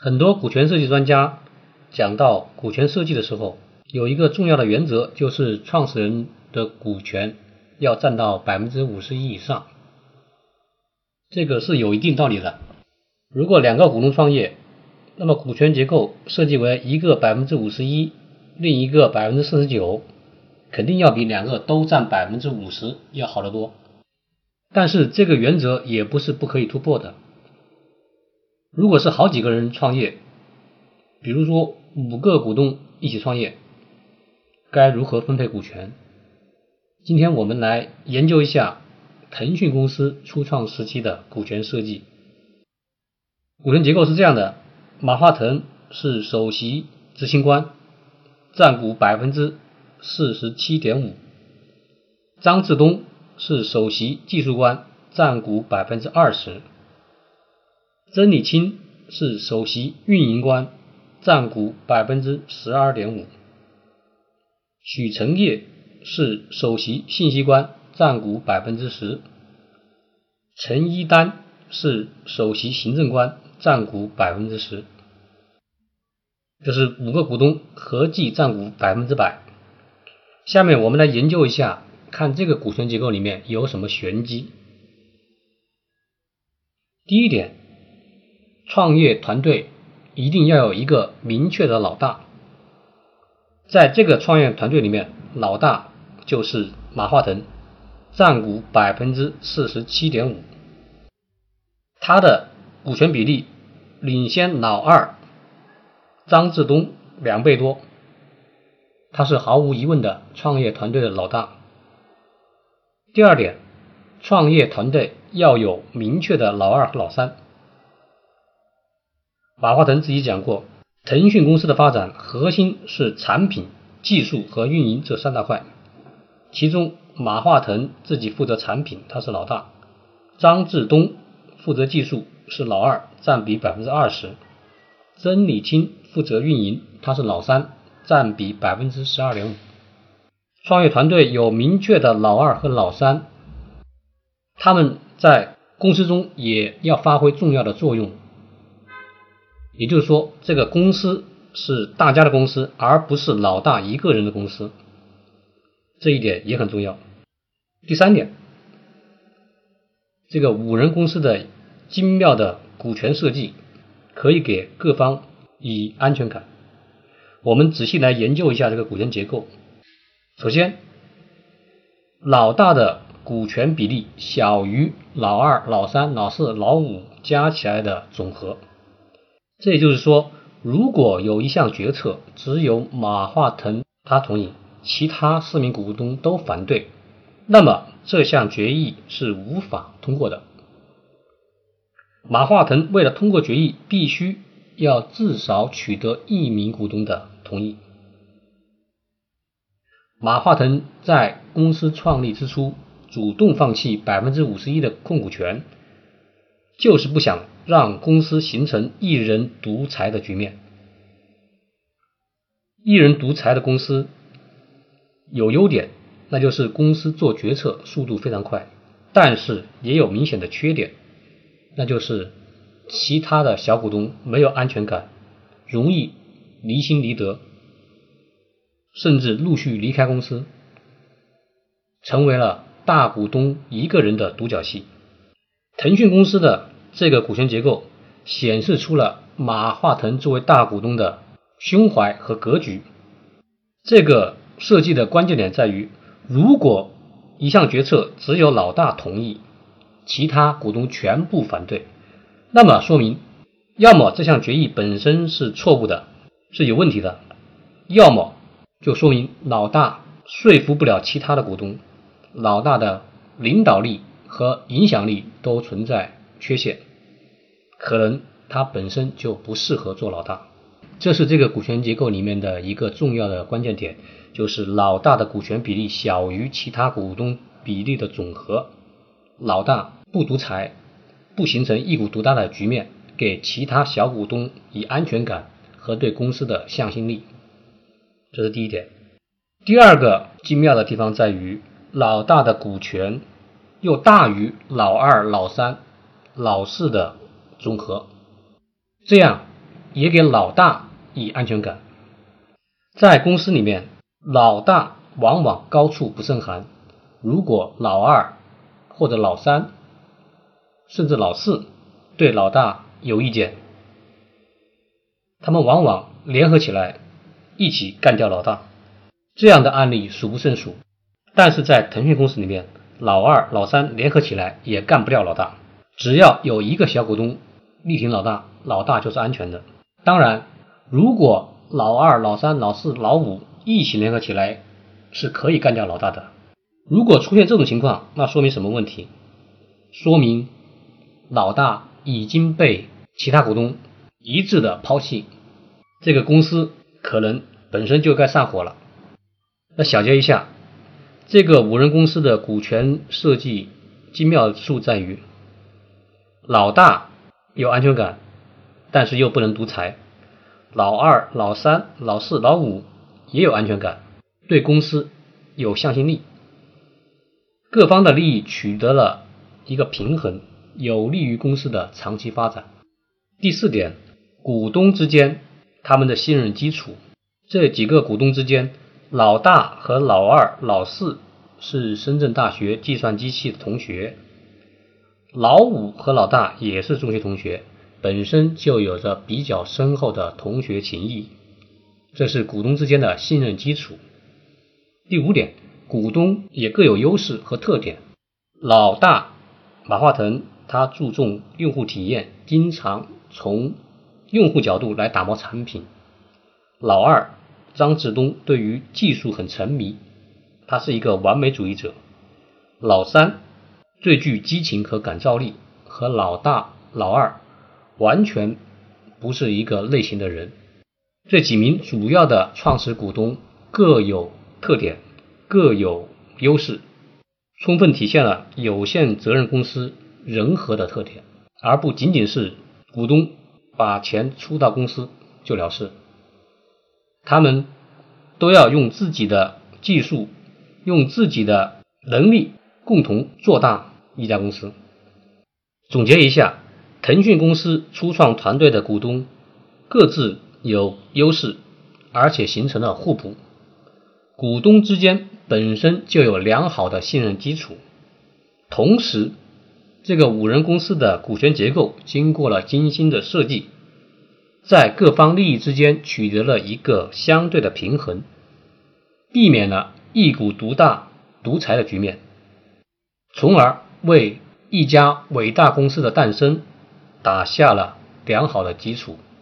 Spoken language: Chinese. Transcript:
很多股权设计专家讲到股权设计的时候，有一个重要的原则，就是创始人的股权要占到 51% 以上。这个是有一定道理的。如果两个股东创业，那么股权结构设计为一个 51%， 另一个 49%， 肯定要比两个都占 50% 要好得多。但是这个原则也不是不可以突破的。如果是好几个人创业，比如说5个股东一起创业，该如何分配股权？今天我们来研究一下腾讯公司初创时期的股权设计。股权结构是这样的，马化腾是首席执行官，占股 47.5%， 张志东是首席技术官，占股 20%， 曾理清是首席运营官，占股 12.5%， 许成业是首席信息官，占股 10%， 陈一丹是首席行政官，占股 10%。 这是5个股东合计占股 100%。 下面我们来研究一下，看这个股权结构里面有什么玄机。第一点，创业团队一定要有一个明确的老大。在这个创业团队里面，老大就是马化腾，占股 47.5%， 他的股权比例领先老二张志东2倍多，他是毫无疑问的创业团队的老大。第二点，创业团队要有明确的老二和老三。马化腾自己讲过，腾讯公司的发展核心是产品、技术和运营这3大块，其中马化腾自己负责产品，他是老大，张志东负责技术，是老二，占比 20%， 曾理清负责运营，他是老三，占比 12.5%。 创业团队有明确的老二和老三，他们在公司中也要发挥重要的作用，也就是说这个公司是大家的公司，而不是老大一个人的公司，这一点也很重要。第三点，这个5人公司的精妙的股权设计可以给各方以安全感。我们仔细来研究一下这个股权结构。首先，老大的股权比例小于老二、老三、老四、老五加起来的总和。这也就是说，如果有一项决策只有马化腾他同意，其他4名股东都反对，那么这项决议是无法通过的。马化腾为了通过决议，必须要至少取得1名股东的同意。马化腾在公司创立之初主动放弃 51% 的控股权，就是不想让公司形成一人独裁的局面。一人独裁的公司有优点，那就是公司做决策速度非常快，但是也有明显的缺点，那就是其他的小股东没有安全感，容易离心离德，甚至陆续离开公司，成为了大股东一个人的独角戏。腾讯公司的这个股权结构显示出了马化腾作为大股东的胸怀和格局。这个设计的关键点在于，如果一项决策只有老大同意，其他股东全部反对，那么说明要么这项决议本身是错误的，是有问题的，要么就说明老大说服不了其他的股东，老大的领导力和影响力都存在缺陷，可能他本身就不适合做老大。这是这个股权结构里面的一个重要的关键点，就是老大的股权比例小于其他股东比例的总和，老大不独裁，不形成一股独大的局面，给其他小股东以安全感和对公司的向心力。这是第一点。第二个精妙的地方在于，老大的股权又大于老二、老三、老四的总和，这样也给老大以安全感。在公司里面，老大往往高处不胜寒，如果老二或者老三甚至老四对老大有意见，他们往往联合起来一起干掉老大，这样的案例数不胜数。但是在腾讯公司里面，老二老三联合起来也干不掉老大，只要有一个小股东力挺老大，老大就是安全的。当然，如果老二老三老四老五一起联合起来是可以干掉老大的。如果出现这种情况，那说明什么问题？说明老大已经被其他股东一致的抛弃，这个公司可能本身就该散伙了。那小结一下，这个五人公司的股权设计精妙处在于，老大有安全感，但是又不能独裁；老二老三老四老五也有安全感，对公司有向心力，各方的利益取得了一个平衡，有利于公司的长期发展。第四点，股东之间他们的信任基础，这几个股东之间，老大和老二老四是深圳大学计算机系的同学，老五和老大也是中学同学，本身就有着比较深厚的同学情谊，这是股东之间的信任基础。第五点，股东也各有优势和特点。老大马化腾他注重用户体验，经常从用户角度来打磨产品。老二张志东对于技术很沉迷，他是一个完美主义者。老三最具激情和感召力，和老大老二完全不是一个类型的人。这几名主要的创始股东各有特点，各有优势，充分体现了有限责任公司人和的特点，而不仅仅是股东把钱出到公司就了事。他们都要用自己的技术，用自己的能力共同做大一家公司。总结一下，腾讯公司初创团队的股东各自有优势，而且形成了互补，股东之间本身就有良好的信任基础。同时，这个五人公司的股权结构经过了精心的设计，在各方利益之间取得了一个相对的平衡，避免了一股独大独裁的局面，从而为一家伟大公司的诞生打下了良好的基础。